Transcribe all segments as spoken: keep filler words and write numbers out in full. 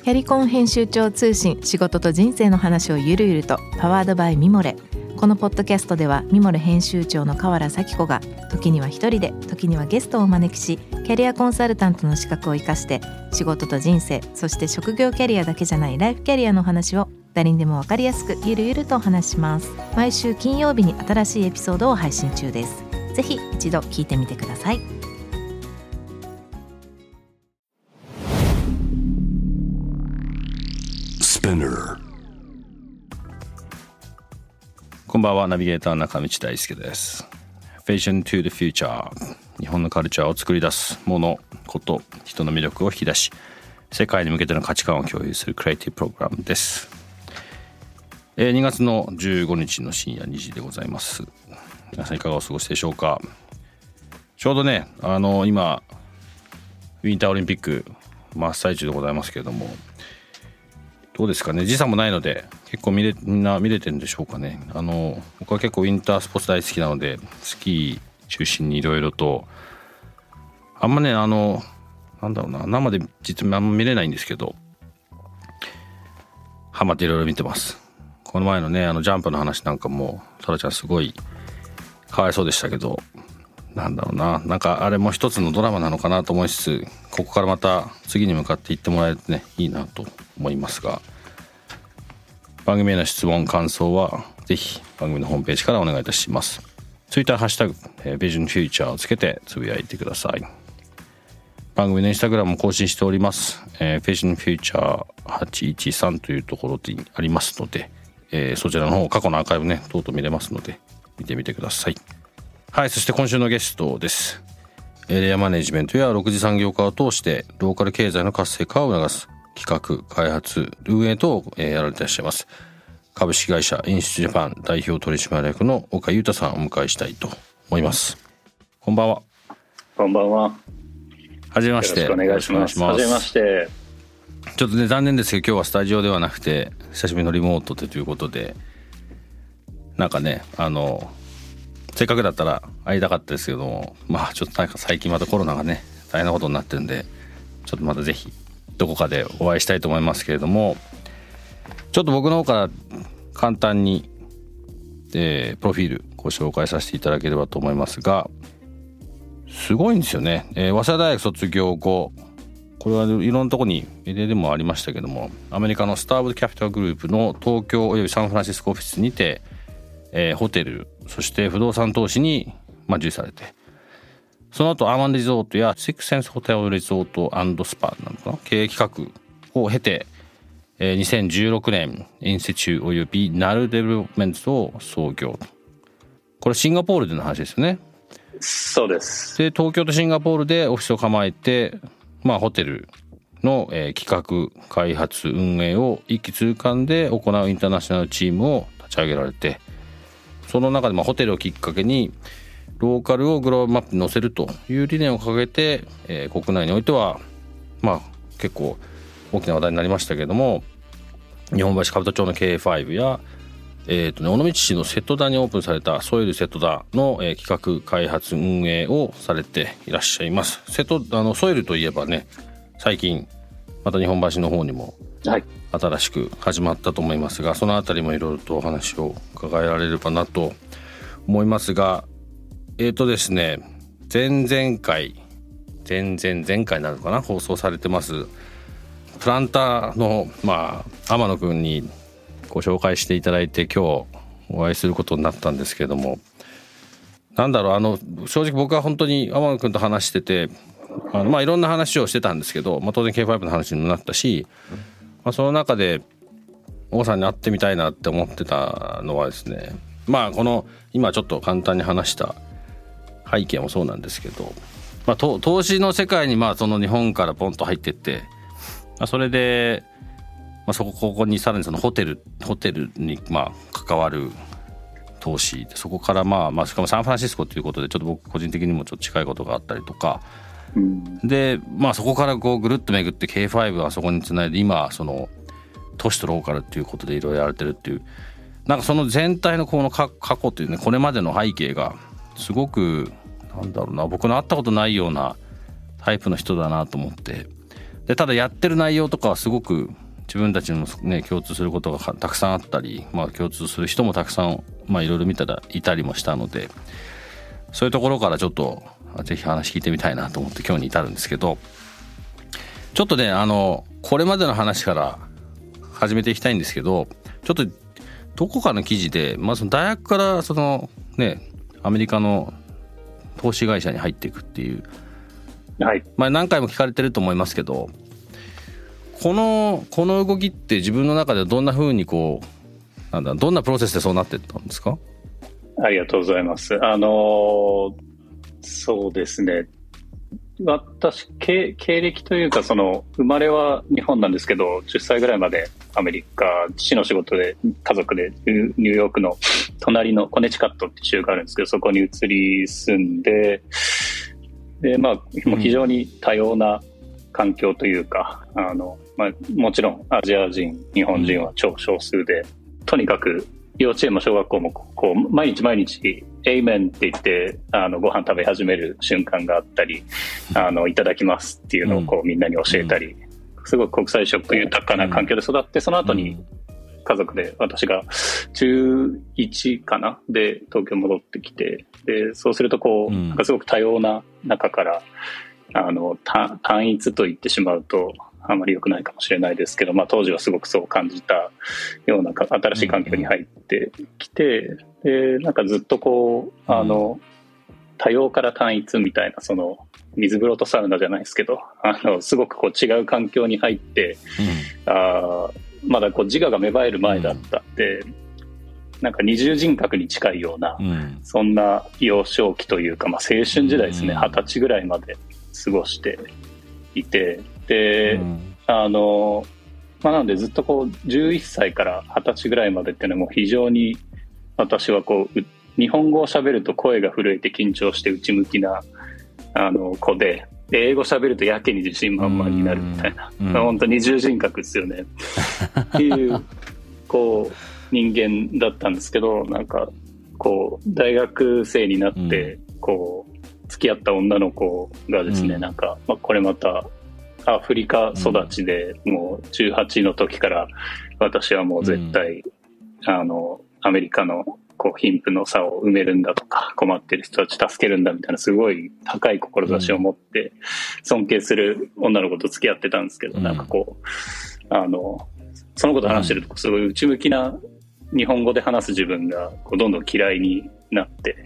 キャリコン編集長通信、仕事と人生の話をゆるゆると、パワードバイミモレ。このポッドキャストではミモレ編集長の河原咲子が時には一人で、時にはゲストをお招きし、キャリアコンサルタントの資格を生かして仕事と人生、そして職業キャリアだけじゃないライフキャリアの話を誰にでも分かりやすくゆるゆるとお話します。毎週金曜日に新しいエピソードを配信中です。ぜひ一度聞いてみてください。 こんばんは、ナビゲーター中道大輔です。 Vision to the Future、 日本のカルチャーを作り出すもの、こと、人の魅力を引き出し、世界に向けての価値観を共有するクリエイティブプログラムです。えー、にがつのじゅうごにちの深夜にじでございます。皆さんいかがお過ごしでしょうか。ちょうどね、あの今ウィンターオリンピック真っ最中でございますけれども、どうですかね。時差もないので結構見れみんな見れてるんでしょうかね。あの僕は結構ウィンタースポーツ大好きなので、スキー中心にいろいろと、あんまねあのなんだろうな、生で実はあんま見れないんですけど、ハマっていろいろ見てます。この前のねあのジャンプの話なんかもトラちゃんすごいかわいそうでしたけど、なんだろうな、なんかあれも一つのドラマなのかなと思いつつ、ここからまた次に向かっていってもらえるとねいいなと思いますが、番組への質問感想はぜひ番組のホームページからお願いいたします。ツイッターハッシュタグ、えー、Vision Future をつけてつぶやいてください。番組のインスタグラムも更新しております、えー、Vision Future はちいちさんというところにありますので、えー、そちらの方過去のアーカイブねとうとう見れますので見てみてください。はい、そして今週のゲストです。エリアマネジメントやろく次産業化を通してローカル経済の活性化を促す企画開発運営等をやられていらっしゃいます株式会社インシチュジャパン代表取締役の岡裕太さんをお迎えしたいと思います。こんばんは。 こんばんは。 はじめまして。 よろしくお願いします。はじめまして。 ちょっとね残念ですけど今日はスタジオではなくて久しぶりのリモートでということで、なんかねあのせっかくだったら会いたかったですけども、まあちょっとなんか最近またコロナがね大変なことになってるんで、ちょっとまたぜひどこかでお会いしたいと思いますけれども、ちょっと僕の方から簡単に、えー、プロフィールご紹介させていただければと思いますが、すごいんですよね、えー、早稲田大学卒業後、これはいろんなとこにメディアでもありましたけども、アメリカのスターウッドキャピタルグループの東京およびサンフランシスコオフィスにて、えー、ホテルそして不動産投資に、まあ、従事されて、その後アーマンリゾートやシックスセンスホテルリゾート&スパなのかな経営企画を経て、えー、にせんじゅうろくねんインセチュおよびナルデベロップメントを創業。これシンガポールでの話ですよね。 そうです。 で東京とシンガポールでオフィスを構えて、まあ、ホテルの、えー、企画開発運営を一気通貫で行うインターナショナルチームを立ち上げられて、その中でまあホテルをきっかけにローカルをグローバルマップに載せるという理念を掲げて、えー、国内においてはまあ結構大きな話題になりましたけれども、日本橋兜町の ケーエーファイブ や、えーとね、尾道市の瀬戸田にオープンされたソイル瀬戸田の、えー、企画開発運営をされていらっしゃいます。瀬戸あのソイルといえばね、最近また日本橋の方にも新しく始まったと思いますが、そのあたりもいろいろとお話を伺えられればなと思いますが、えーとですね前々回前々前回なのかな放送されてますプランターの、まあ、天野くんにご紹介していただいて今日お会いすることになったんですけども、なんだろう、あの正直僕は本当に天野くんと話してて、あのまあいろんな話をしてたんですけど、まあ、当然 ケーエーファイブ の話にもなったし、まあ、その中で王さんに会ってみたいなって思ってたのはですね、まあこの今ちょっと簡単に話した背景もそうなんですけど、まあ、投資の世界にまあその日本からポンと入ってって、まあ、それで、まあ、そこここにさらにそのホテルホテルにまあ関わる投資で、そこからまあまあしかもサンフランシスコということでちょっと僕個人的にもちょっと近いことがあったりとか、うん、でまあそこからこうぐるっと巡って ケーエーファイブ はそこにつないで今その都市とローカルっていうことでいろいろやられてるっていう、なんかその全体のこの過去というね、これまでの背景がすごくなんだろうな、僕の会ったことないようなタイプの人だなと思って、 でただやってる内容とかはすごく自分たちのね共通することがたくさんあったり、まあ共通する人もたくさんまあいろいろ見たらいたりもしたので、そういうところからちょっとぜひ話聞いてみたいなと思って今日に至るんですけど、ちょっとねあのこれまでの話から始めていきたいんですけど、ちょっとどこかの記事で、まあ、その大学からそのねアメリカの投資会社に入っていくっていう、 はい、 まあ、何回も聞かれてると思いますけど、このこの動きって自分の中でどんな風にこうなんだどんなプロセスでそうなっていったんですか？ ありがとうございます。あのそうですね、私 経, 経歴というかその生まれは日本なんですけど、じゅっさいぐらいまでアメリカ、父の仕事で家族でニューヨークの隣のコネチカットっていう州があるんですけど、そこに移り住んで、で、まあ、もう非常に多様な環境というか、うん、あのまあ、もちろんアジア人日本人は超少数で、とにかく幼稚園も小学校もこう毎日毎日エイメンって言ってあのご飯食べ始める瞬間があったり、あのいただきますっていうのをこうみんなに教えたり、すごい国際色豊かな環境で育って、その後に家族で私がじゅういちかなで東京戻ってきて、でそうするとこうなんかすごく多様な中からあの単一と言ってしまうとあまり良くないかもしれないですけど、まあ、当時はすごくそう感じたような新しい環境に入ってきて、でなんかずっとこうあの多様から単一みたいな、その水風呂とサウナじゃないですけど、あのすごくこう違う環境に入って、うん、あまだこう自我が芽生える前だったんで、うん、なんか二重人格に近いような、うん、そんな幼少期というか、まあ、青春時代ですね、二十、うん、歳ぐらいまで過ごしていて、で、うん、あのまあ、なのでずっとこうじゅういっさいからはたちぐらいまでっていうのはもう非常に私はこう日本語を喋ると声が震えて緊張して内向きなあの子で、英語喋るとやけに自信満々になるみたいな、うん、本当二重人格ですよねっていうこう人間だったんですけど、なんかこう大学生になってこう付き合った女の子がですね、うん、なんか、まあ、これまたアフリカ育ちで、うん、もうじゅうはちの時から私はもう絶対、うん、あのアメリカのこう貧富の差を埋めるんだとか、困ってる人たち助けるんだみたいなすごい高い志を持って尊敬する女の子と付き合ってたんですけど、うん、なんかこうあのその子と話してるとすごい内向きな日本語で話す自分がこうどんどん嫌いになって、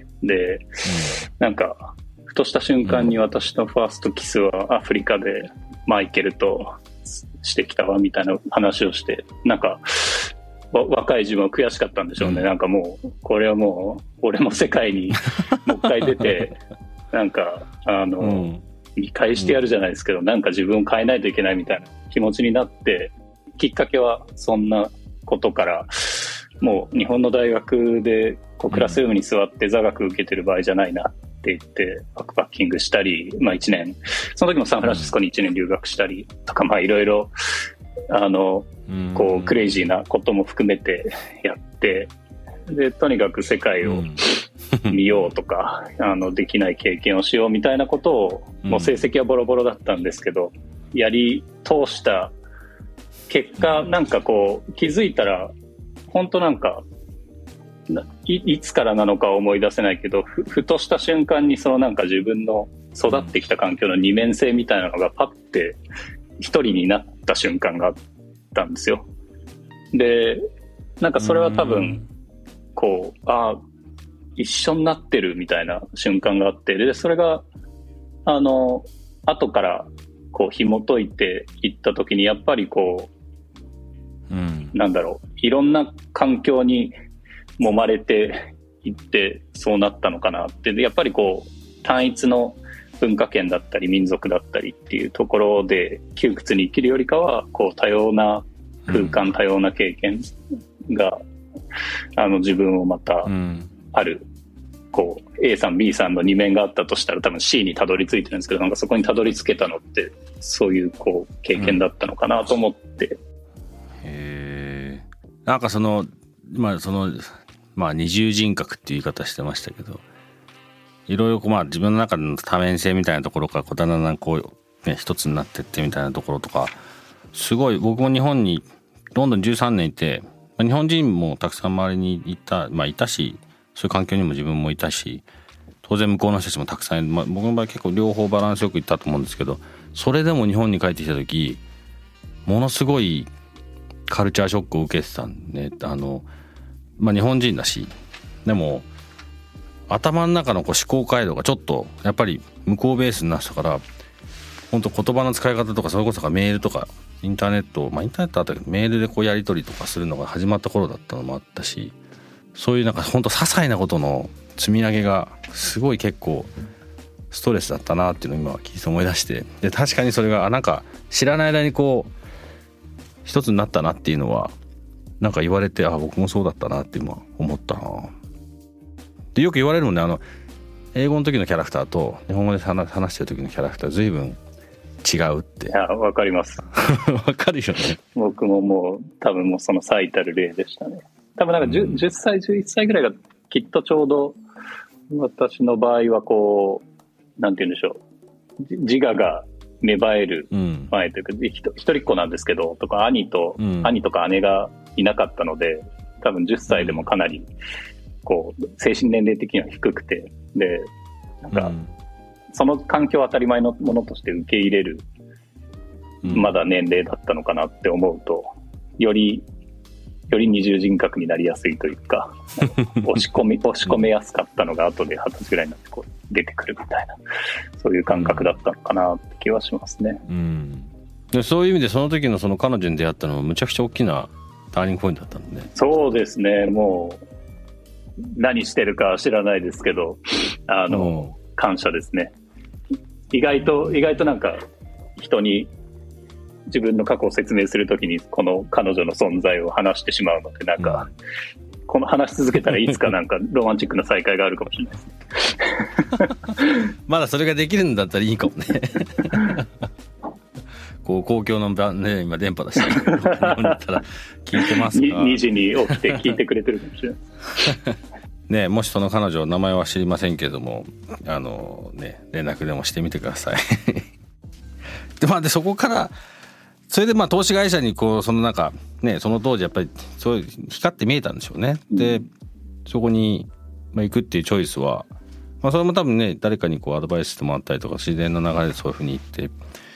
で、うん、なんかふとした瞬間に私のファーストキスはアフリカでマイケルとしてきたわみたいな話をして、なんか若い自分は悔しかったんでしょうね、うん、なんかもうこれはもう俺も世界にもう一回出てなんかあの、うん、見返してやるじゃないですけど、なんか自分を変えないといけないみたいな気持ちになって、きっかけはそんなことから、もう日本の大学でこうクラスルームに座って座学受けてる場合じゃないなって言ってバックパッキングしたり、まあいちねんその時もサンフランシスコにいちねん留学したりとか、まあいろいろあのこうクレイジーなことも含めてやって、でとにかく世界を見ようとかあのできない経験をしようみたいなことを、もう成績はボロボロだったんですけどやり通した結果、なんかこう気づいたら本当なんか い, いつからなのか思い出せないけど ふ, ふとした瞬間にそのなんか自分の育ってきた環境の二面性みたいなのがパッて一人になった瞬間があったんですよ。でなんかそれは多分こうあ一緒になってるみたいな瞬間があって、でそれがあの後からこう紐解いていった時にやっぱりこう、うん、なんだろう、いろんな環境に揉まれていってそうなったのかなって。でやっぱりこう単一の文化圏だったり民族だったりっていうところで窮屈に生きるよりかは、こう多様な空間、うん、多様な経験があの自分をまたある、うん、こう A さん B さんの二面があったとしたら多分 C にたどり着いてるんですけど、なんかそこにたどり着けたのってそういうこう経験だったのかなと思って、うん、 へー、なんかそのまあそのまあ二重人格っていう言い方してましたけど、いろいろこうまあ自分の中での多面性みたいなところからこうだんだんこうね、一つになってってみたいなところとか、すごい僕も日本にロンドンじゅうさんねんいて、日本人もたくさん周りにいた、まあいたし、そういう環境にも自分もいたし、当然向こうの人たちもたくさん、まあ、僕の場合結構両方バランスよくいったと思うんですけど、それでも日本に帰ってきた時ものすごいカルチャーショックを受けてたんで、ね、あの、まあ、日本人だし、でも頭の中のこう思考回路がちょっとやっぱり向こうベースになってたから、本当言葉の使い方とかそれこそメールとかインターネット、まあインターネットあったけどメールでこうやり取りとかするのが始まった頃だったのもあったし、そういうなんか本当些細なことの積み上げがすごい結構ストレスだったなっていうのを今聞いて思い出して、で確かにそれがなんか知らない間にこう一つになったなっていうのはなんか言われて、あ僕もそうだったなって今思ったな。でよく言われるもんね、あの英語の時のキャラクターと日本語で話してる時のキャラクター随分違うって。 いやわかりますわかるよね。 僕ももう多分もうその最たる例でしたね。多分なんか 10,、うん、じゅっさいじゅういっさいぐらいがきっとちょうど私の場合はこうなんて言うんでしょう、自我が芽生える前というか、うん、一人っ子なんですけどとか兄と、うん、兄とか姉がいなかったので、多分じゅっさいでもかなりこう精神年齢的には低くて、でなんかその環境を当たり前のものとして受け入れる、うん、まだ年齢だったのかなって思うと、よりより二重人格になりやすいというか押し込み押し込めやすかったのが後ではたちぐらいになってこう出てくるみたいな、そういう感覚だったのかなって気はしますね、 うん、でそういう意味でその時のその彼女に出会ったのはむちゃくちゃ大きなターニングポイントだったので。 そうですね、もう何してるか知らないですけどあの感謝ですね。意外と意外となんか人に自分の過去を説明するときにこの彼女の存在を話してしまうので、なんか、うん、この話し続けたらいつかなんかロマンチックな再会があるかもしれないですねまだそれができるんだったらいいかもねこう公共の場ね、今電波出してるだったら聞いてますかにじに起きて聞いてくれてるかもしれないね、もしその彼女名前は知りませんけれども、あのね連絡でもしてみてくださいで、まあ、でそこからそれでまあ投資会社にこうそのなんかね、その当時やっぱりそう光って見えたんでしょうね。でそこに行くっていうチョイスは、まあ、それも多分ね誰かにこうアドバイスしてもらったりとか自然な流れでそういうふうに言って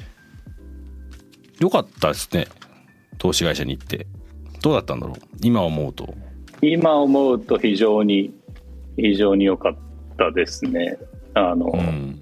よかったですね。投資会社に行ってどうだったんだろう、今思うと。 今思うと非常に非常に良かったですね。あの、うん、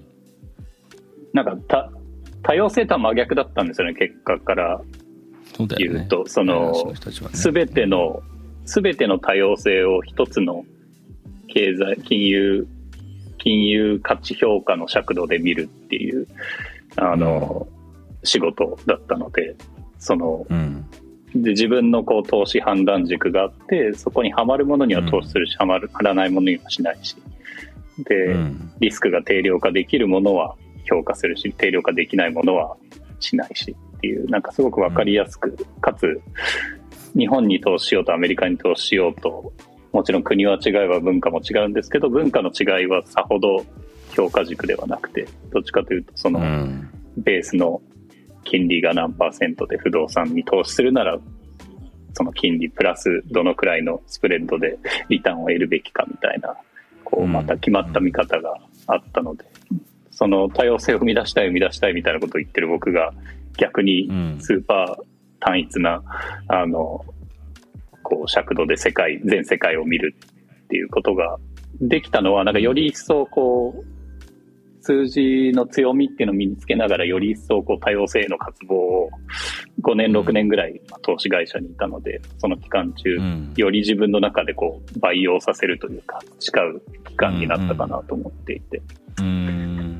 なんかた多様性とは真逆だったんですよね、結果から言うと。その全ての全ての多様性を一つの経済金融金融価値評価の尺度で見るっていうあの、うん、仕事だったので、その、うん、で自分のこう投資判断軸があって、そこにはまるものには投資するし、うん、はまるはらないものにはしないしで、うん、リスクが定量化できるものは評価するし、定量化できないものはしないしっていう、なんかすごく分かりやすく、かつ日本に投資しようとアメリカに投資しようと、もちろん国は違いは文化も違うんですけど、文化の違いはさほど評価軸ではなくて、どっちかというとそのベースの金利が何パーセントで不動産に投資するなら、その金利プラスどのくらいのスプレッドでリターンを得るべきかみたいな、こうまた決まった見方があったので、その多様性を生み出したい生み出したいみたいなことを言ってる僕が逆にスーパー単一なあのこう尺度で世界全世界を見るっていうことができたのは、なんかより一層こう数字の強みっていうのを身につけながら、より一層こう多様性への渇望をごねんろくねんぐらい投資会社にいたので、その期間中より自分の中でこう培養させるというか培う期間になったかなと思っていて、うんうん、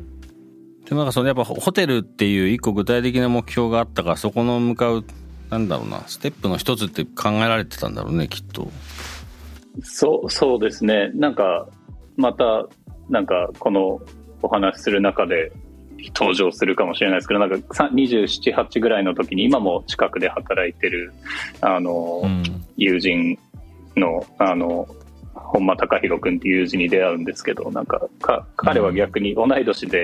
でなんかそのやっぱホテルっていう一個具体的な目標があったから、そこの向かうなんだろうなステップの一つって考えられてたんだろうね、きっと。 そう、そうですね。なんかまたなんかこのお話しする中で登場するかもしれないですけど、なんかにじゅうなな、はちぐらいの時に今も近くで働いてるあの、うん、友人のあの本間貴弘君っていう友人に出会うんですけど、なんかか彼は逆に同い年で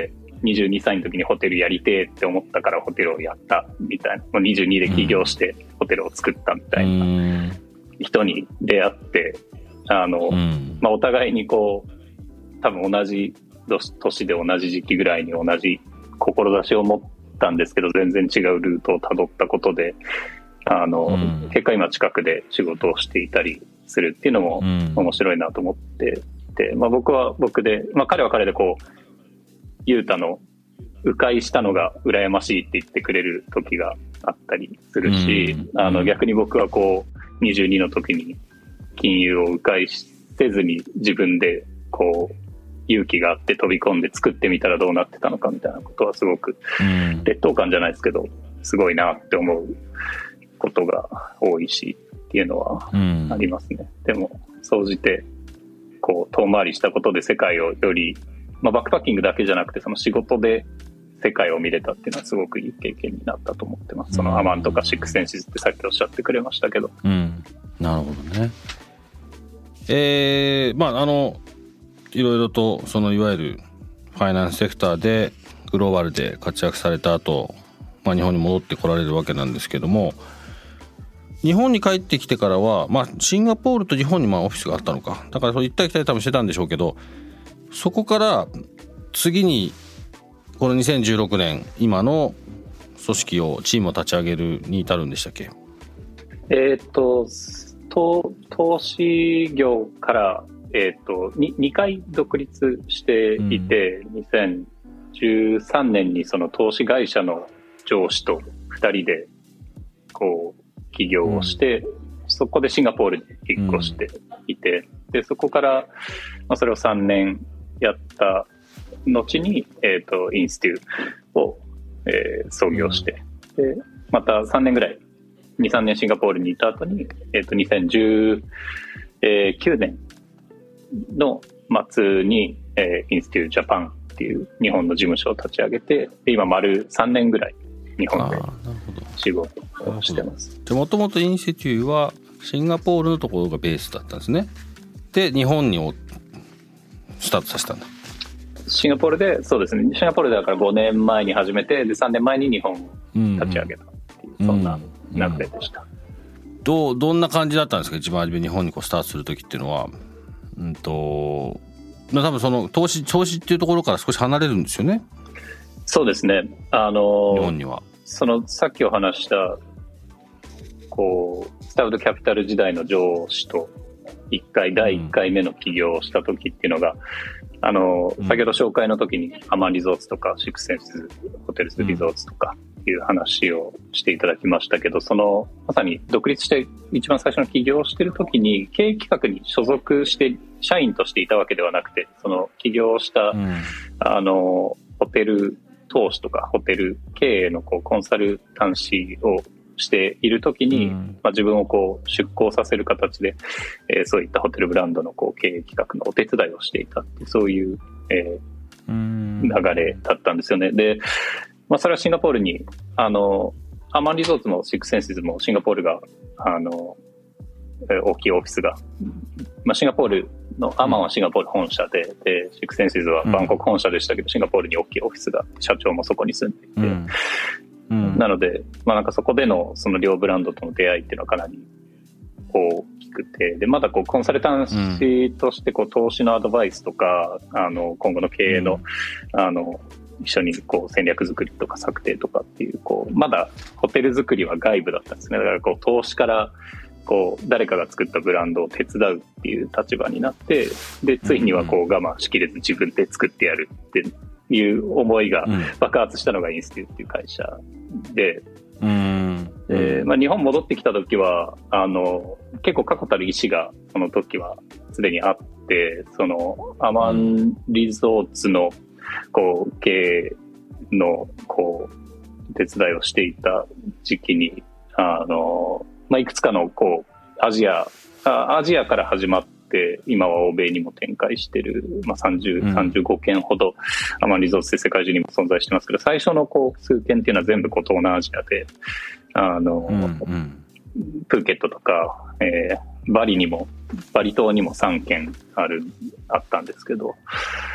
にじゅうにさいの時にホテルやりてえって思ったからホテルをやったみたいな、もうにじゅうにで起業してホテルを作ったみたいな人に出会って、あの、うんまあ、お互いにこう多分同じ年で同じ時期ぐらいに同じ志を持ったんですけど、全然違うルートをたどったことで、あの、うん、結果今近くで仕事をしていたりするっていうのも面白いなと思っていて、うんまあ、僕は僕で、まあ、彼は彼でこうユータの迂回したのが羨ましいって言ってくれる時があったりするし、うん、あの逆に僕はこうにじゅうにの時に金融を迂回せずに自分でこう勇気があって飛び込んで作ってみたらどうなってたのかみたいなことはすごく劣等感じゃないですけどすごいなって思うことが多いしっていうのはありますね、うん、でも総じてこう遠回りしたことで世界をより、まあ、バックパッキングだけじゃなくてその仕事で世界を見れたっていうのはすごくいい経験になったと思ってます。そのアマンとかシックスセンシズってさっきおっしゃってくれましたけど、 うん、なるほどね。えー、まああのいろいろとそのいわゆるファイナンスセクターでグローバルで活躍された後、まあ、日本に戻ってこられるわけなんですけども、日本に帰ってきてからは、まあ、シンガポールと日本にまあオフィスがあったのか、だからそう行ったり来たり多分してたんでしょうけど、そこから次にこのにせんじゅうろくねん今の組織をチームを立ち上げるに至るんでしたっけ？ えー、っと投資業からえー、と 2, にかい独立していて、うん、にせんじゅうさんねんにその投資会社の上司とふたりでこう起業をして、うん、そこでシンガポールに引っ越していて、うん、でそこから、まあ、それをさんねんやった後に、えー、とインスティューを、えー、創業して、うん、でまたさんねんぐらい に,さん 年シンガポールにいた後に、えー、とにせんじゅうきゅうねんの末に、えー、インスティュージャパンっていう日本の事務所を立ち上げて、で今丸さんねんぐらい日本で仕事をしてます。 もともとインスティテューはシンガポールのところがベースだったんですね。で日本にスタートさせたんだ。 シンガポールでそうですね、シンガポールでだからごねんまえに始めて、でさんねんまえに日本を立ち上げたっていう、うんうん、そんな流れでした、 うんうん、どうどんな感じだったんですか？一番初め日本にこうスタートする時っていうのは。うんと多分その投資投資っていうところから少し離れるんですよね。 そうですね、あの日本にはそのさっきお話したこうスタウドキャピタル時代の上司といっかいだいいっかいめの起業をした時っていうのが、うん、あの先ほど紹介の時にアマンリゾーツとかシックスセンシズホテルズリゾーツとかいう話をしていただきましたけど、そのまさに独立して一番最初の起業をしている時に経営企画に所属して社員としていたわけではなくて、その起業した、うん、あのホテル投資とかホテル経営のこうコンサルタンシーをしている時に、うんまあ、自分をこう出向させる形で、えー、そういったホテルブランドのこう経営企画のお手伝いをしていたっていう、そういう、えー、うん流れだったんですよね。でまあ、それはシンガポールにあのアマンリゾーツもシックスセンシズもシンガポールがあの大きいオフィスが、まあ、シンガポールのアマンはシンガポール本社で、うん、でシックスセンシズはバンコク本社でしたけど、うん、シンガポールに大きいオフィスが社長もそこに住んでいて、うんうん、なので、まあ、なんかそこでのその両ブランドとの出会いっていうのはかなり大きくて、でまだこうコンサルタンシーとしてこう投資のアドバイスとか、あの今後の経営の、うん、あの一緒にこう戦略作りとか策定とかっていう、こうまだホテル作りは外部だったんですね。だからこう投資からこう誰かが作ったブランドを手伝うっていう立場になって、でついにはこう我慢しきれず自分で作ってやるっていう思いが爆発したのがインスティっていう会社で、うんでまあ、日本戻ってきた時はあの結構確固たる意思がその時はすでにあって、そのアマンリゾーツのこう経営のこう手伝いをしていた時期にあの、まあ、いくつかのこうアジアアジアから始まって今は欧米にも展開している、まあ、さんじゅう、さんじゅうごけんほどアマンリゾーツで世界中にも存在してますけど、最初のこう数件っていうのは全部こう東南アジアであの、うんうん、プーケットとか、えー、バリにもバリ島にもさんけんあるあったんですけど、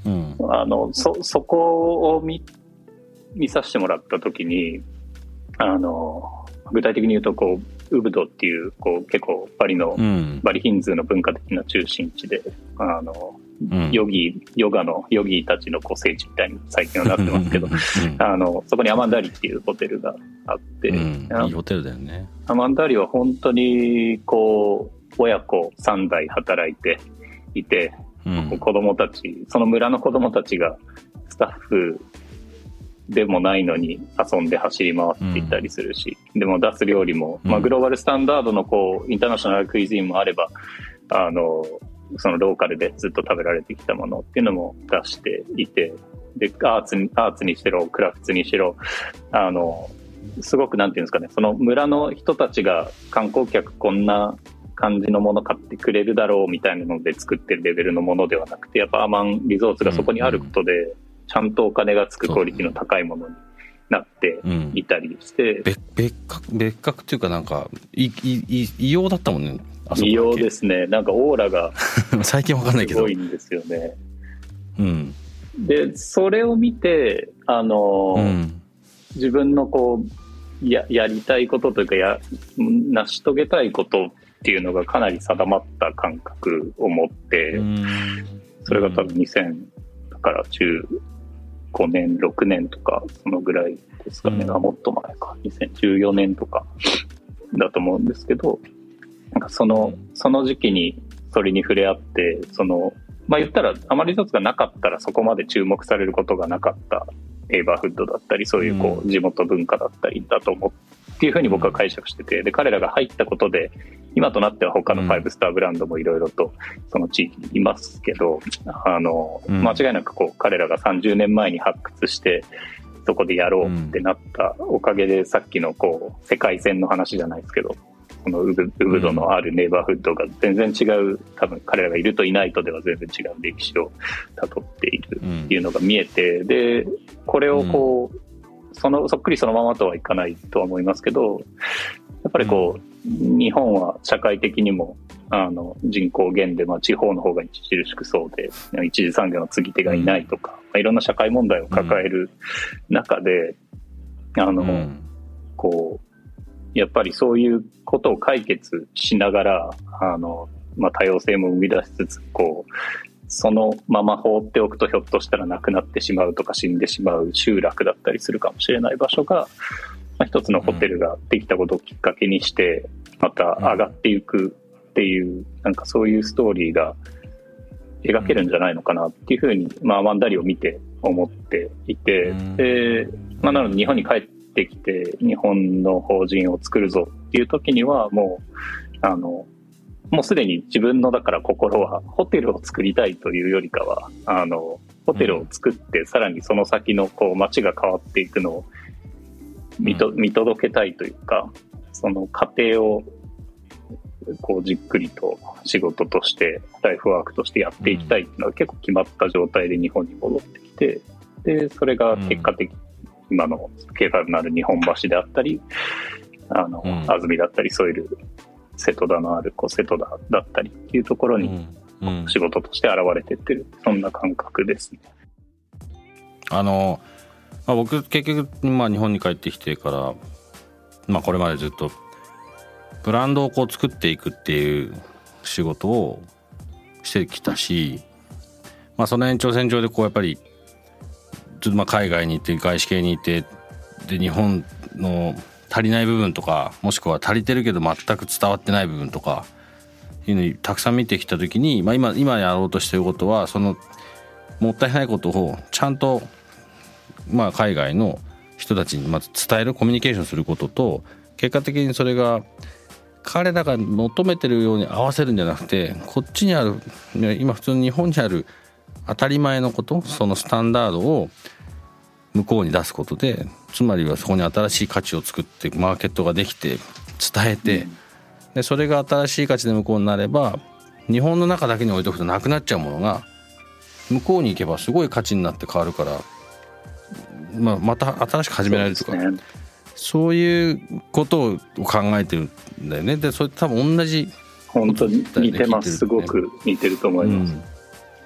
うん、 あの そ, そこを 見, 見させてもらった時に、あの具体的に言うとこうウブドっていう、こう結構バリの、うん、バリヒンズーの文化的な中心地で、あの、うん、ヨギヨガのヨギたちのこう聖地みたいに最近はなってますけど、うん、あのそこにアマンダリっていうホテルがあって、うん、 いいホテルだよね。 アマンダリは本当にこう親子さん代働いていて、うん、子供たち、その村の子供たちがスタッフでもないのに遊んで走り回っていったりするし、うん、でも出す料理も、まあ、グローバルスタンダードのこうインターナショナルクイズインもあれば、あのそのローカルでずっと食べられてきたものっていうのも出していて、でアーツに、アーツにしろクラフトにしろ、あのすごくなんていうんですかね、その村の人たちが観光客こんな感じのもの買ってくれるだろうみたいなので作ってるレベルのものではなくて、やっぱアマンリゾーツがそこにあることで、うんうん、ちゃんとお金がつくクオリティの高いものになっていたりして、 別, 別格別格っていうか、なんかいい異様だったもんね。あそこ異様ですね。なんかオーラが最近わかんないけどすごいんですよね。 うん、 でそれを見て、あの、うん、自分のこう や, やりたいことというか、や成し遂げたいことっていうのがかなり定まった感覚を持って、うん、それが多分にせんだからじゅうごねんろくねんとかそのぐらいですかね、うん、もっと前かにせんじゅうよねんとかだと思うんですけど、なんかそのその時期にそれに触れ合って、そのまあ言ったらアマリゾーツがなかったらそこまで注目されることがなかったネイバーフッドだったり、そういうこう地元文化だったりだと思っていうふうに僕は解釈してて、で彼らが入ったことで今となっては他のファイブスターブランドもいろいろとその地域にいますけど、あの間違いなくこう彼らがさんじゅうねんまえに発掘してそこでやろうってなったおかげで、さっきのこう世界線の話じゃないですけど、このウブ、ウブドのあるネイバーフッドが全然違う、多分彼らがいるといないとでは全然違う歴史をたどっているっていうのが見えて、でこれをこうそのそっくりそのままとはいかないとは思いますけど、やっぱりこう日本は社会的にもあの人口減で、まあ、地方の方が著しくそうで、一次産業の継ぎ手がいないとか、まあ、いろんな社会問題を抱える中で、あの、うん、こうやっぱりそういうことを解決しながら、あの、まあ、多様性も生み出しつつ、こうそのまま放っておくとひょっとしたらなくなってしまうとか死んでしまう集落だったりするかもしれない場所が、まあ、一つのホテルができたことをきっかけにしてまた上がっていくっていう、うん、なんかそういうストーリーが描けるんじゃないのかなっていうふうに、まあ、アマンダリを見て思っていて、うん、で、まあ、なので日本に帰ってできて日本の法人を作るぞっていう時にはもうあのもうすでに自分のだから心はホテルを作りたいというよりかは、あのホテルを作ってさらにその先のこう街が変わっていくのを 見, と見届けたいというか、その過程をこうじっくりと仕事としてライフワークとしてやっていきたいっていうのは結構決まった状態で日本に戻ってきて、でそれが結果的に今の経過のある日本橋であったり、あの、うん、安住だったり、そういう瀬戸田のあるこう瀬戸田だったりっていうところに仕事として現れてってる、そんな感覚ですね。 あの、まあ、僕結局、まあ、日本に帰ってきてから、まあ、これまでずっとブランドをこう作っていくっていう仕事をしてきたし、まあ、その延長線上でこうやっぱりちょっとまあ海外に行って外資系に行ってで日本の足りない部分とか、もしくは足りてるけど全く伝わってない部分とかいうのにたくさん見てきた時に、まあ、今今やろうとしていることはそのもったいないことをちゃんとまあ海外の人たちにまず伝える、コミュニケーションすることと、結果的にそれが彼らが求めてるように合わせるんじゃなくて、こっちにある今普通に日本にある当たり前のこと、そのスタンダードを向こうに出すことで、つまりはそこに新しい価値を作ってマーケットができて伝えて、でそれが新しい価値で向こうになれば、日本の中だけに置いとくとなくなっちゃうものが向こうに行けばすごい価値になって変わるから、まあ、また新しく始められるとか、そうですね、そういうことを考えてるんだよね。でそれ多分同じ、 本当に似てます、ね、すごく似てると思います、うん、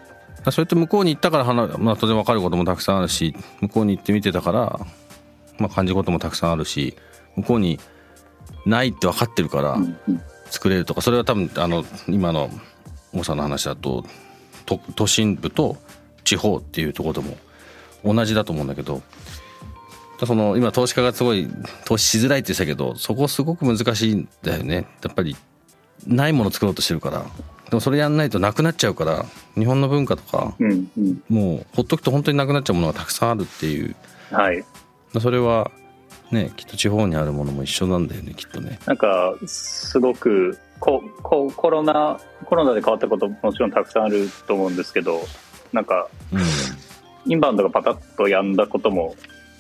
そうやって向こうに行ったから、まあ、当然分かることもたくさんあるし、向こうに行って見てたから、まあ、感じることもたくさんあるし、向こうにないって分かってるから作れるとか、それは多分あの今の王さんの話だと都、都心部と地方っていうところでも同じだと思うんだけど、その今投資家がすごい投資しづらいって言ってたけど、そこすごく難しいんだよね。やっぱりないものを作ろうとしてるから。でもそれやんないとなくなっちゃうから、日本の文化とか、うんうん、もうほっとくと本当になくなっちゃうものがたくさんあるっていう、 はい、 それはね、きっと地方にあるものも一緒なんだよね、きっとね。 なんかすごくここコロナコロナで変わったこともちろんたくさんあると思うんですけど、なんか、うん、インバウンドがパタッとやんだことも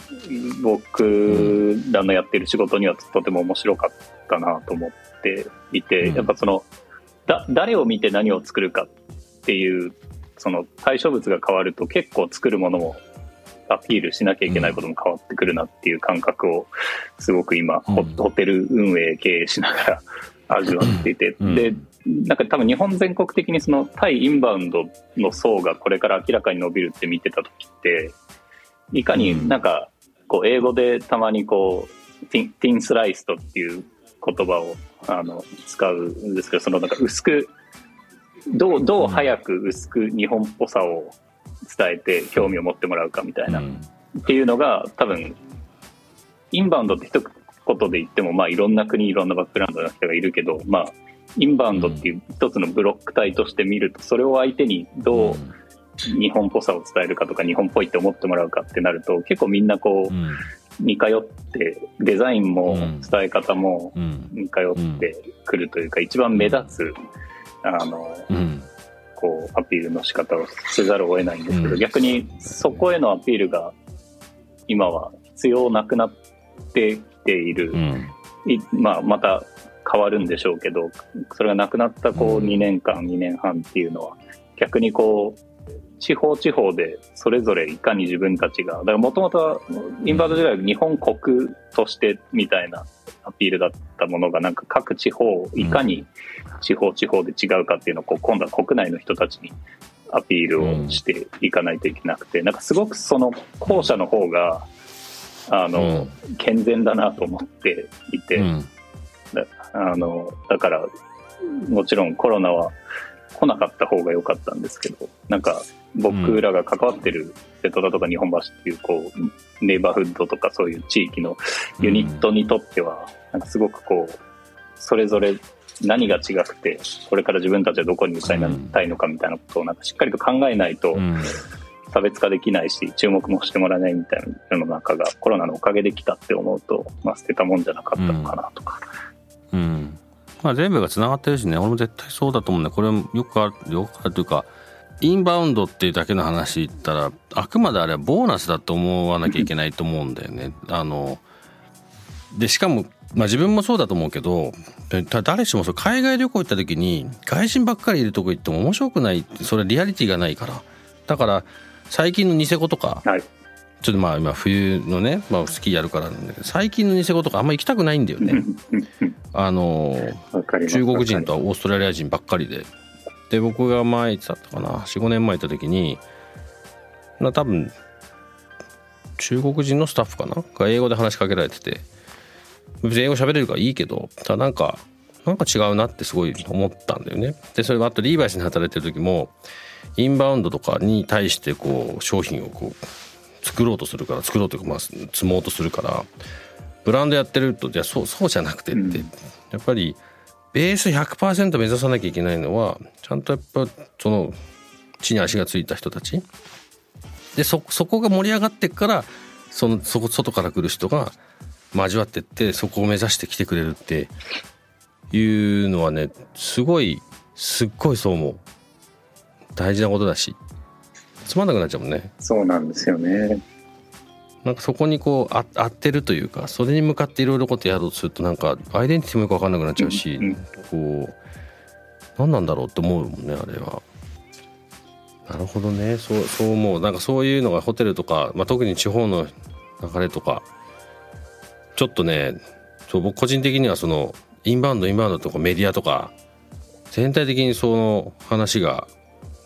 僕らのやってる仕事にはとても面白かったなと思っていて、うん、やっぱそのだ誰を見て何を作るかっていうその対象物が変わると、結構作るものもアピールしなきゃいけないことも変わってくるなっていう感覚をすごく今、うん、ホテル運営経営しながら味わっていて、うん、でなんか多分日本全国的にその対インバウンドの層がこれから明らかに伸びるって見てた時って、いかになんかこう英語でたまにこうティン、ティンスライストっていう言葉をあの使うんですけど、そのなんか薄くどう、どう早く薄く日本っぽさを伝えて興味を持ってもらうかみたいな、うん、っていうのが多分インバウンドって一言で言っても、まあいろんな国いろんなバックグラウンドの人がいるけど、まあインバウンドっていう一つのブロック体として見ると、それを相手にどう日本っぽさを伝えるかとか日本っぽいって思ってもらうかってなると、結構みんなこう、うん似通ってデザインも伝え方も似通ってくるというか、一番目立つあのこうアピールの仕方をせざるを得ないんですけど、逆にそこへのアピールが今は必要なくなってきている、まあまた変わるんでしょうけど、それがなくなったこうにねんかんにねんはんっていうのは逆にこう地方地方でそれぞれいかに自分たちが、だからもともとはインバウンド時代は日本国としてみたいなアピールだったものが、なんか各地方いかに地方地方で違うかっていうのをこう今度は国内の人たちにアピールをしていかないといけなくて、なんかすごくその後者の方があの健全だなと思っていて、だあのだからもちろんコロナは来なかった方が良かったんですけど、なんか僕らが関わってる瀬戸田とか日本橋っていうこうネイバーフッドとかそういう地域のユニットにとってはなんかすごくこうそれぞれ何が違くてこれから自分たちはどこに向かいたいのかみたいなことをなんかしっかりと考えないと差別化できないし注目もしてもらえないみたいな世の中がコロナのおかげできたって思うと、まあ、捨てたもんじゃなかったのかなとか、 うんうんまあ、全部がつながってるしね、俺も絶対そうだと思うんだ。これもよくあるよくあるというか、インバウンドっていうだけの話言ったらあくまであれはボーナスだと思わなきゃいけないと思うんだよね。あのでしかも、まあ、自分もそうだと思うけど、誰しもそれ海外旅行行った時に外人ばっかりいるとこ行っても面白くない、それはリアリティがないから。だから最近のニセコとか、はい、ちょっとまあ今冬のね、まあ、スキーやるからなんだけど、最近のニセコとかあんま行きたくないんだよね。あの中国人とオーストラリア人ばっかりで、で僕が前行ってたかな よん,ご 年前行った時にな、多分中国人のスタッフかなが英語で話しかけられてて、別に英語喋れるからいいけど、ただなんかなんか違うなってすごい思ったんだよね。でそれがあとリーバイスに働いてる時もインバウンドとかに対してこう商品をこう作ろうとするから作ろうというかまあ積もうとするからブランドやってると、じゃあそうそうじゃなくてって、うん、やっぱりベース ひゃくパーセント 目指さなきゃいけないのはちゃんとやっぱその地に足がついた人たちで、 そ, そこが盛り上がってっからそのそこ外から来る人が交わってってそこを目指して来てくれるっていうのはね、すごいすっごいそう思う。大事なことだしつまんなくなっちゃうもんね。 そうなんですよね。 なんかそこにこうあ合ってるというか、それに向かっていろいろことやろうとするとなんかアイデンティティもよく分かんなくなっちゃうし、うんうん、こう何なんだろうって思うもんね、あれは。なるほどね、そうそう思う。なんかそういうのがホテルとか、まあ、特に地方の流れとかちょっとね、そう僕個人的にはそのインバウンドインバウンドとかメディアとか全体的にその話が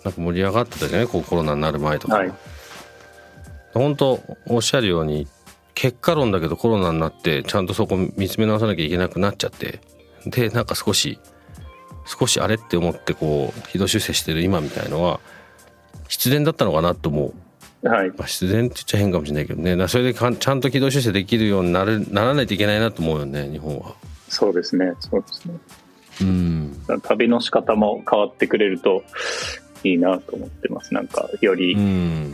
なんか盛り上がってたじゃない、こうコロナになる前とか、 はい、 本当おっしゃるように結果論だけどコロナになってちゃんとそこ見つめ直さなきゃいけなくなっちゃって、でなんか少し少しあれって思ってこう軌道修正してる今みたいのは必然だったのかなと思う、 はい、 まあ、必然って言っちゃ変かもしれないけどね、それでかんちゃんと軌道修正できるようになるならないといけないなと思うよね、日本は。 そうですね、そうですね。 うん、 旅の仕方も変わってくれるといいなと思ってます。なんかより、うん、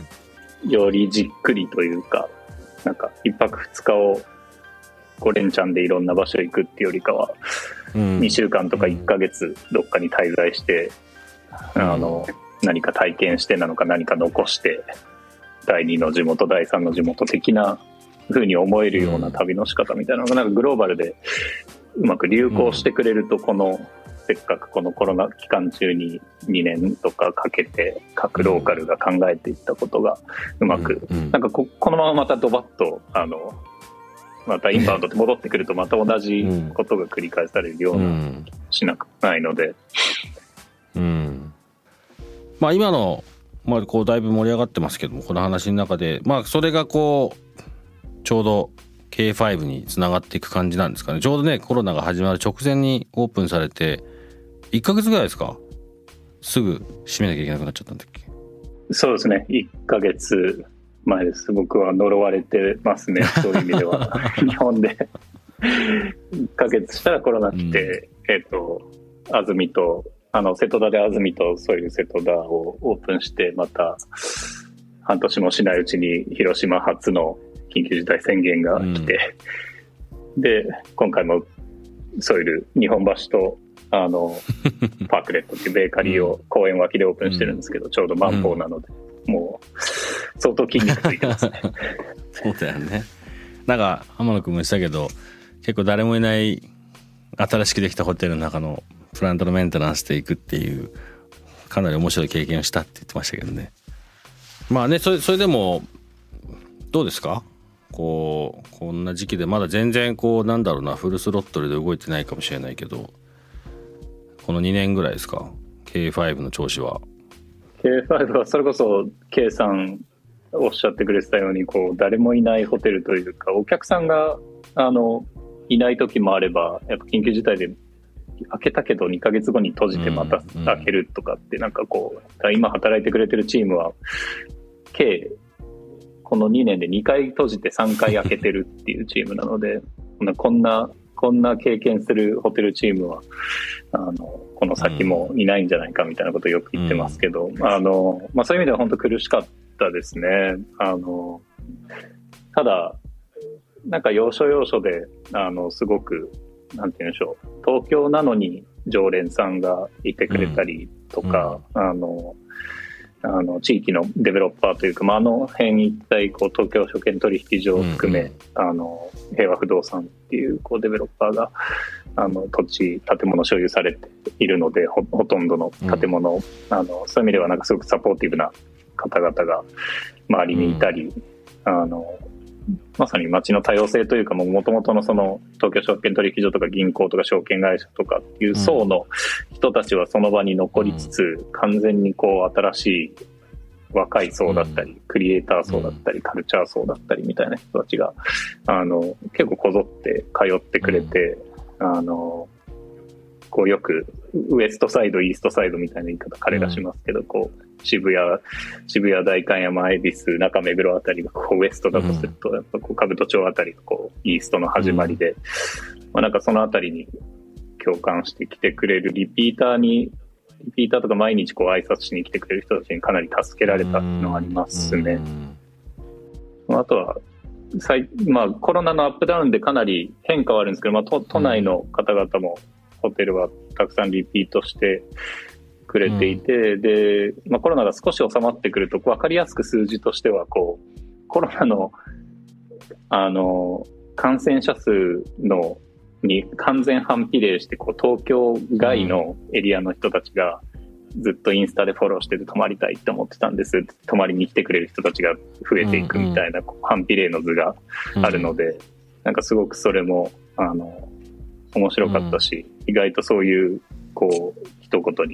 よりじっくりというか、なんかいっぱくふつかをご連チャンでいろんな場所行くっていうよりかは、うん、にしゅうかんとかいっかげつどっかに滞在して、うん、あの何か体験してなのか何か残してだいにの地元だいさんの地元的な風に思えるような旅の仕方みたいなのがなんかグローバルでうまく流行してくれると、このせっかくこのコロナ期間中ににねんとかかけて各ローカルが考えていったことがうまく、なんか こ, このまままたドバッとあのまたインバウンドって戻ってくるとまた同じことが繰り返されるようなしなくないので、 うんうんまあ、今の、まあ、こうだいぶ盛り上がってますけども、この話の中で、まあ、それがこうちょうど ケーファイブ につながっていく感じなんですかね。ちょうどねコロナが始まる直前にオープンされていっかげつぐらいですか、すぐ閉めなきゃいけなくなっちゃったんだっけ。 そうですね、いっかげつまえです。僕は呪われてますね、そういう意味では日本でいっかげつしたらコロナ来て、うん、えっと安住とあの瀬戸田で安住とそういう瀬戸田をオープンして、また半年もしないうちに広島初の緊急事態宣言が来て、うん、で今回もソイル日本橋とあのパークレットっていうベーカリーを公園脇でオープンしてるんですけど、うん、ちょうどマンボウなので、うん、もう相当筋肉ついてますねそうだよね。なんか天野くんも言ってたけど、結構誰もいない新しくできたホテルの中のプラントのメンテナンスで行くっていうかなり面白い経験をしたって言ってましたけどね。まあね、それ、それでもどうですか、こうこんな時期でまだ全然こうなんだろうな、フルスロットルで動いてないかもしれないけど、このにねんぐらいですか ケーファイブ の調子は。 ケーファイブ はそれこそ K さんおっしゃってくれてたように、こう誰もいないホテルというか、お客さんがあのいない時もあれば、やっぱ緊急事態で開けたけどにかげつごに閉じてまた開けるとかって、なんかこう今働いてくれてるチームは計このにねんでにかい閉じてさんかい開けてるっていうチームなのでこんなこんな経験するホテルチームはあのこの先もいないんじゃないかみたいなことをよく言ってますけど、うん、あのまあ、そういう意味では本当苦しかったですね。あのただなんか要所要所であのすごくなんて言うんでしょう、東京なのに常連さんがいてくれたりとか、うん、あのあの地域のデベロッパーというか、まあ、あの辺一帯こう東京証券取引所を含め、うんうん、あの平和不動産っていうこうデベロッパーがあの土地建物所有されているので、 ほ, ほとんどの建物、うん、あのそういう意味ではなんかすごくサポーティブな方々が周りにいたり、うん、あのまさに街の多様性というか、もともとのその東京証券取引所とか銀行とか証券会社とかっていう層の人たちはその場に残りつつ、うん、完全にこう新しい若い層だったり、うん、クリエイター層だったり、うん、カルチャー層だったりみたいな人たちがあの結構こぞって通ってくれて、うん、あのこうよくウエストサイドイーストサイドみたいな言い方彼らしますけど、うん、こう渋谷渋谷代官山恵比寿中目黒あたりがこうウエストだとすると、やっぱこう兜町あたりがこうイーストの始まりで、うんまあ、なんかそのあたりに共感してきてくれるリピーターにリピーターとか毎日こう挨拶しに来てくれる人たちにかなり助けられたっていうのがありますね。うん、あとはまあ、コロナのアップダウンでかなり変化はあるんですけど、まあ、都, 都内の方々もホテルはたくさんリピートしてくれていて、うん、で、まあ、コロナが少し収まってくると分かりやすく数字としてはこうコロナの、あの感染者数のに完全反比例してこう東京外のエリアの人たちがずっとインスタでフォローしてて泊まりたいって思ってたんです、泊まりに来てくれる人たちが増えていくみたいなこう反比例の図があるので、なんかすごくそれもあの面白かったし、意外とそういうこう一言に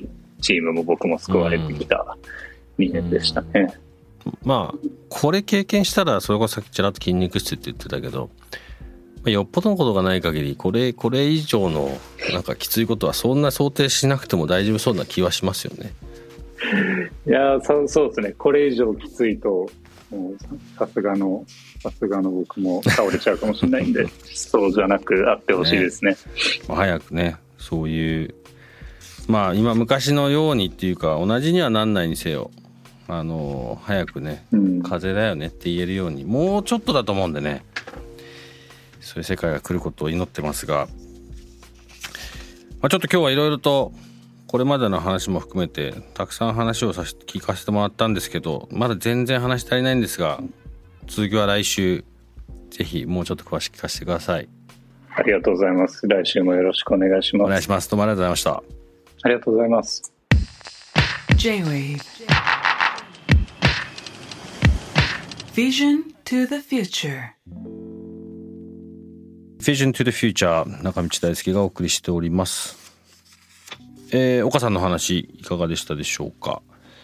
チームも僕も救われてきたにねんでしたね。 うん、まあこれ経験したらそれこそさっきちらっと筋肉質って言ってたけど、よっぽどのことがない限りこれこれ以上のなんかきついことはそんな想定しなくても大丈夫そうな気はしますよね。 いやそうそうですね。これ以上きついとさすがのさすがの僕も倒れちゃうかもしれないんでそうじゃなくあってほしいですね。ね、 早くねそういうまあ今昔のようにっていうか同じにはなんないにせよあの早くね、うん、風邪だよねって言えるようにもうちょっとだと思うんでね、そういう世界が来ることを祈ってますが、まあ、ちょっと今日はいろいろとこれまでの話も含めてたくさん話をさし聞かせてもらったんですけど、まだ全然話足りないんですが、続きは来週ぜひもうちょっと詳しく聞かせてください。 ありがとうございます。来週もよろしくお願いします。 お願いします。どうもありがとうございました。 ありがとうございます。 J-Wave Vision to the Future Vision to the Future 中道大輔がお送りしております。えー、岡さんの話いかがでしたでしょうか。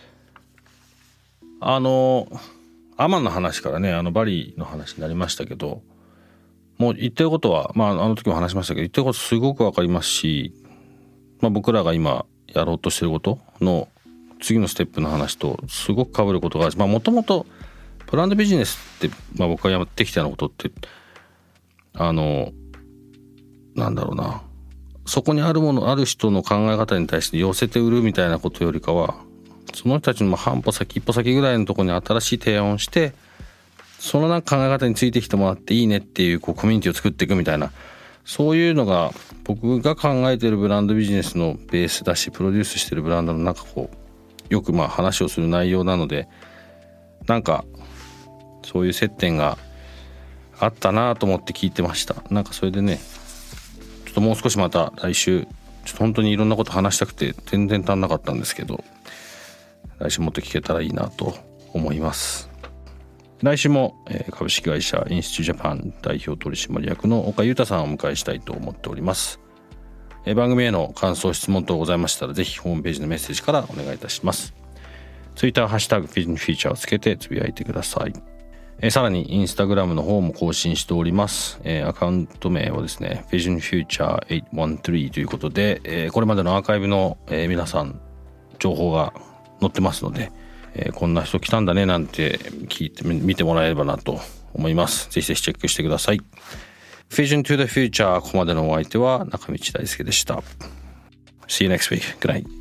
あのアマンの話からねあのバリの話になりましたけど、もう言ってることはまああの時も話しましたけど言ってることすごくわかりますし、まあ、僕らが今やろうとしてることの次のステップの話とすごく被ることがあるし、まあもともとブランドビジネスって、まあ、僕がやってきたようなことってあのなんだろうな、そこにあるものある人の考え方に対して寄せて売るみたいなことよりかは、その人たちの半歩先一歩先ぐらいのところに新しい提案をして、そのなんか考え方についてきてもらっていいねっていう、こうコミュニティを作っていくみたいな、そういうのが僕が考えているブランドビジネスのベースだし、プロデュースしているブランドの中こうよくまあ話をする内容なので、なんかそういう接点があったなと思って聞いてました。なんかそれでね、ちょっともう少しまた来週ちょっと本当にいろんなこと話したくて全然足んなかったんですけど、来週もっと聞けたらいいなと思います。来週も株式会社インスティジャパン代表取締役の岡裕太さんをお迎えしたいと思っております。番組への感想質問等ございましたらぜひホームページのメッセージからお願いいたします。ツイッターハッシュタグフィジョンフィーチャーをつけてつぶやいてください。えさらにインスタグラムの方も更新しております。えアカウント名はですね Vision Future はちいちさんということで、えこれまでのアーカイブの、え皆さん情報が載ってますので、えこんな人来たんだねなんて聞いて見てもらえればなと思います。ぜひぜひチェックしてください。Vision to the Future ここまでのお相手は中道大輔でした。 See you next week. Good night.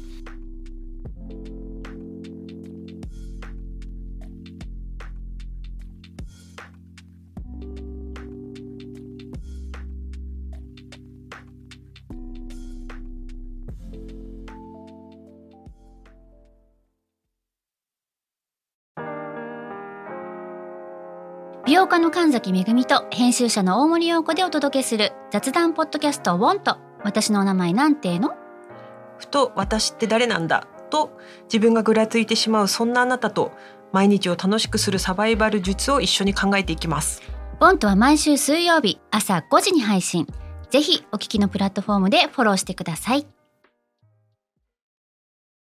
美容家の神崎めぐみと編集者の大森洋子でお届けする雑談ポッドキャストウォンと私のお名前なんての？ ふと私って誰なんだと自分がぐらついてしまうそんなあなたと毎日を楽しくするサバイバル術を一緒に考えていきます。 ウォンとは毎週水曜日朝ごじに配信。ぜひお聞きのプラットフォームでフォローしてください。